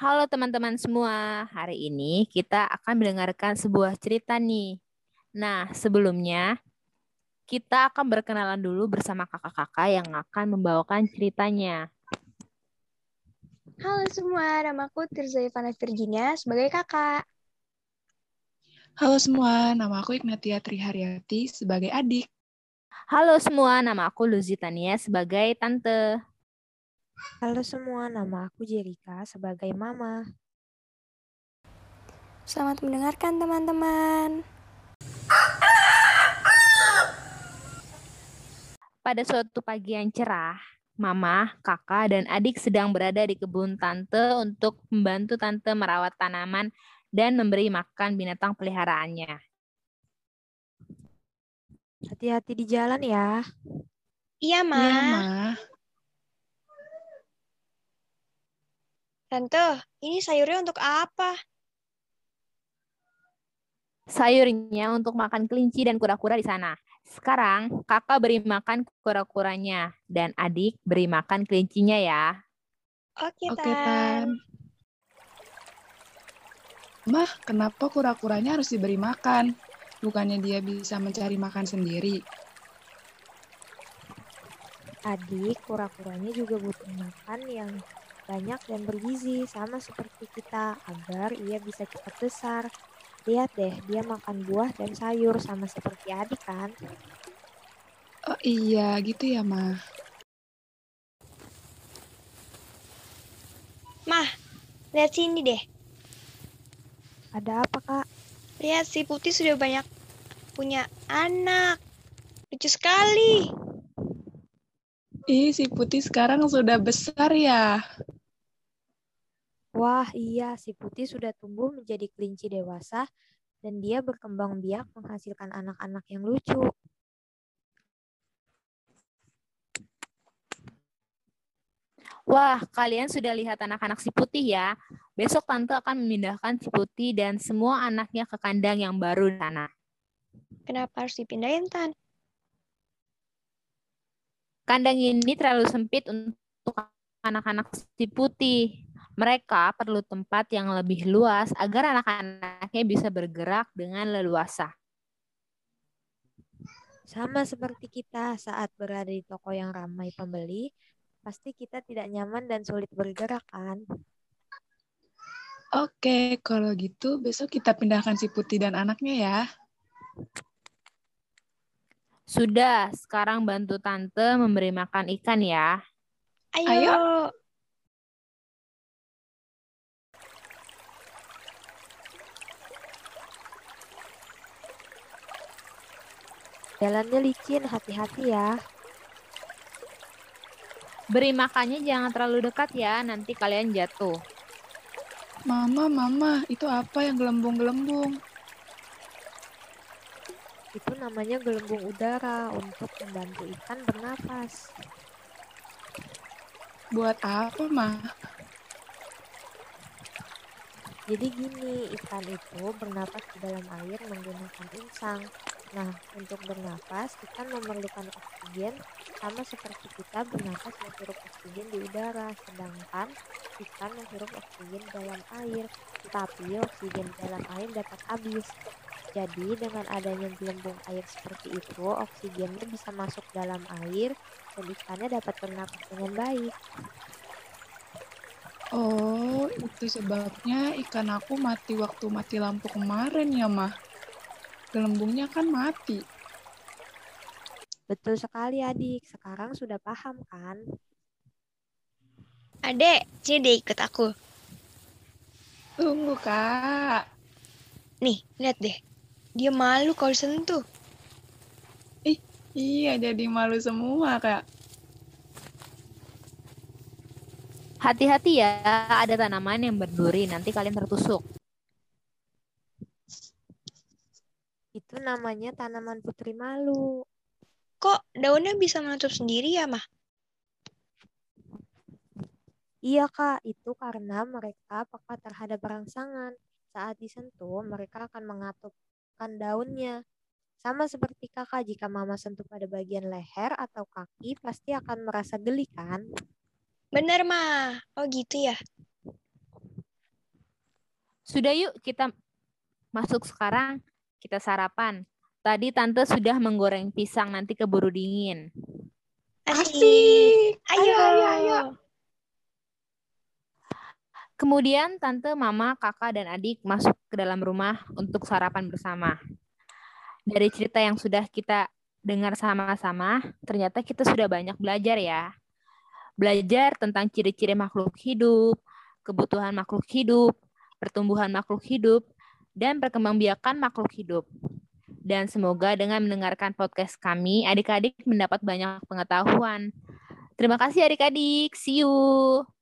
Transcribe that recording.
Halo teman-teman semua, hari ini kita akan mendengarkan sebuah cerita nih. Nah, sebelumnya kita akan berkenalan dulu bersama kakak-kakak yang akan membawakan ceritanya. Halo semua, namaku Tirza Ivana Virginia sebagai kakak. Halo semua, nama aku Ignatia Triharyati sebagai adik. Halo semua, nama aku Luzi Tania sebagai tante. Halo semua, nama aku Jerika sebagai mama. Selamat mendengarkan teman-teman. Pada suatu pagi yang cerah, mama, kakak, dan adik sedang berada di kebun tante untuk membantu tante merawat tanaman dan memberi makan binatang peliharaannya. Hati-hati di jalan ya. Iya, Ma. Iya, Ma. Tante, ini sayurnya untuk apa? Sayurnya untuk makan kelinci dan kura-kura di sana. Sekarang kakak beri makan kura-kuranya dan adik beri makan kelincinya ya. Oke, Oke, Tan. Tan. Mah, kenapa kura-kuranya harus diberi makan? Bukannya dia bisa mencari makan sendiri? Adik, kura-kuranya juga butuh makan yang banyak dan bergizi, sama seperti kita, agar ia bisa cepat besar. Lihat deh, dia makan buah dan sayur sama seperti adik kan? Oh iya, gitu ya, Ma. Mah, lihat sini deh. Ada apa, Kak? Lihat si Putih sudah banyak punya anak. Lucu sekali. Ih, si Putih sekarang sudah besar ya. Wah, iya, si Putih sudah tumbuh menjadi kelinci dewasa dan dia berkembang biak menghasilkan anak-anak yang lucu. Wah, kalian sudah lihat anak-anak si putih ya. Besok tante akan memindahkan si putih dan semua anaknya ke kandang yang baru di sana. Kenapa harus dipindahin, Tan? Kandang ini terlalu sempit untuk anak-anak si putih. Mereka perlu tempat yang lebih luas agar anak-anaknya bisa bergerak dengan leluasa. Sama seperti kita saat berada di toko yang ramai pembeli, pasti kita tidak nyaman dan sulit bergerak kan? Oke, kalau gitu besok kita pindahkan si Putih dan anaknya ya. Sudah, sekarang bantu tante memberi makan ikan ya. Ayo. Jalannya licin, hati-hati ya. Beri makannya jangan terlalu dekat ya, nanti kalian jatuh. Mama, itu apa yang gelembung-gelembung? Itu namanya gelembung udara untuk membantu ikan bernafas. Buat apa, Ma? Jadi gini, ikan itu bernafas di dalam air menggunakan insang. Nah, untuk bernafas, ikan memerlukan oksigen sama seperti kita bernafas menghirup oksigen di udara, sedangkan ikan menghirup oksigen dalam air, tetapi oksigen di dalam air dapat habis. Jadi, dengan adanya gelembung air seperti itu, oksigennya bisa masuk dalam air dan ikannya dapat bernafas dengan baik. Oh, itu sebabnya ikan aku mati waktu mati lampu kemarin ya, Mah. Gelembungnya kan mati. Betul sekali adik, sekarang sudah paham kan? Adek, sini deh ikut aku. Tunggu, Kak. Nih, lihat deh. Dia malu kalau disentuh. Iya, jadi malu semua, Kak. Hati-hati ya, ada tanaman yang berduri, nanti kalian tertusuk. Itu namanya tanaman putri malu. Kok daunnya bisa menutup sendiri ya, Mah? Iya kak, itu karena mereka peka terhadap rangsangan. Saat disentuh, mereka akan mengatupkan daunnya. Sama seperti kakak, jika mama sentuh pada bagian leher atau kaki, pasti akan merasa geli kan? Bener, Mah. Oh gitu ya? Sudah yuk kita masuk sekarang, kita sarapan. Tadi Tante sudah menggoreng pisang, nanti keburu dingin. Asik. Ayo. Ayo. Kemudian Tante, Mama, Kakak, dan Adik masuk ke dalam rumah untuk sarapan bersama. Dari cerita yang sudah kita dengar sama-sama, ternyata kita sudah banyak belajar ya. Belajar tentang ciri-ciri makhluk hidup, kebutuhan makhluk hidup, pertumbuhan makhluk hidup, dan perkembangbiakan makhluk hidup. Dan semoga dengan mendengarkan podcast kami, adik-adik mendapat banyak pengetahuan. Terima kasih adik-adik. See you.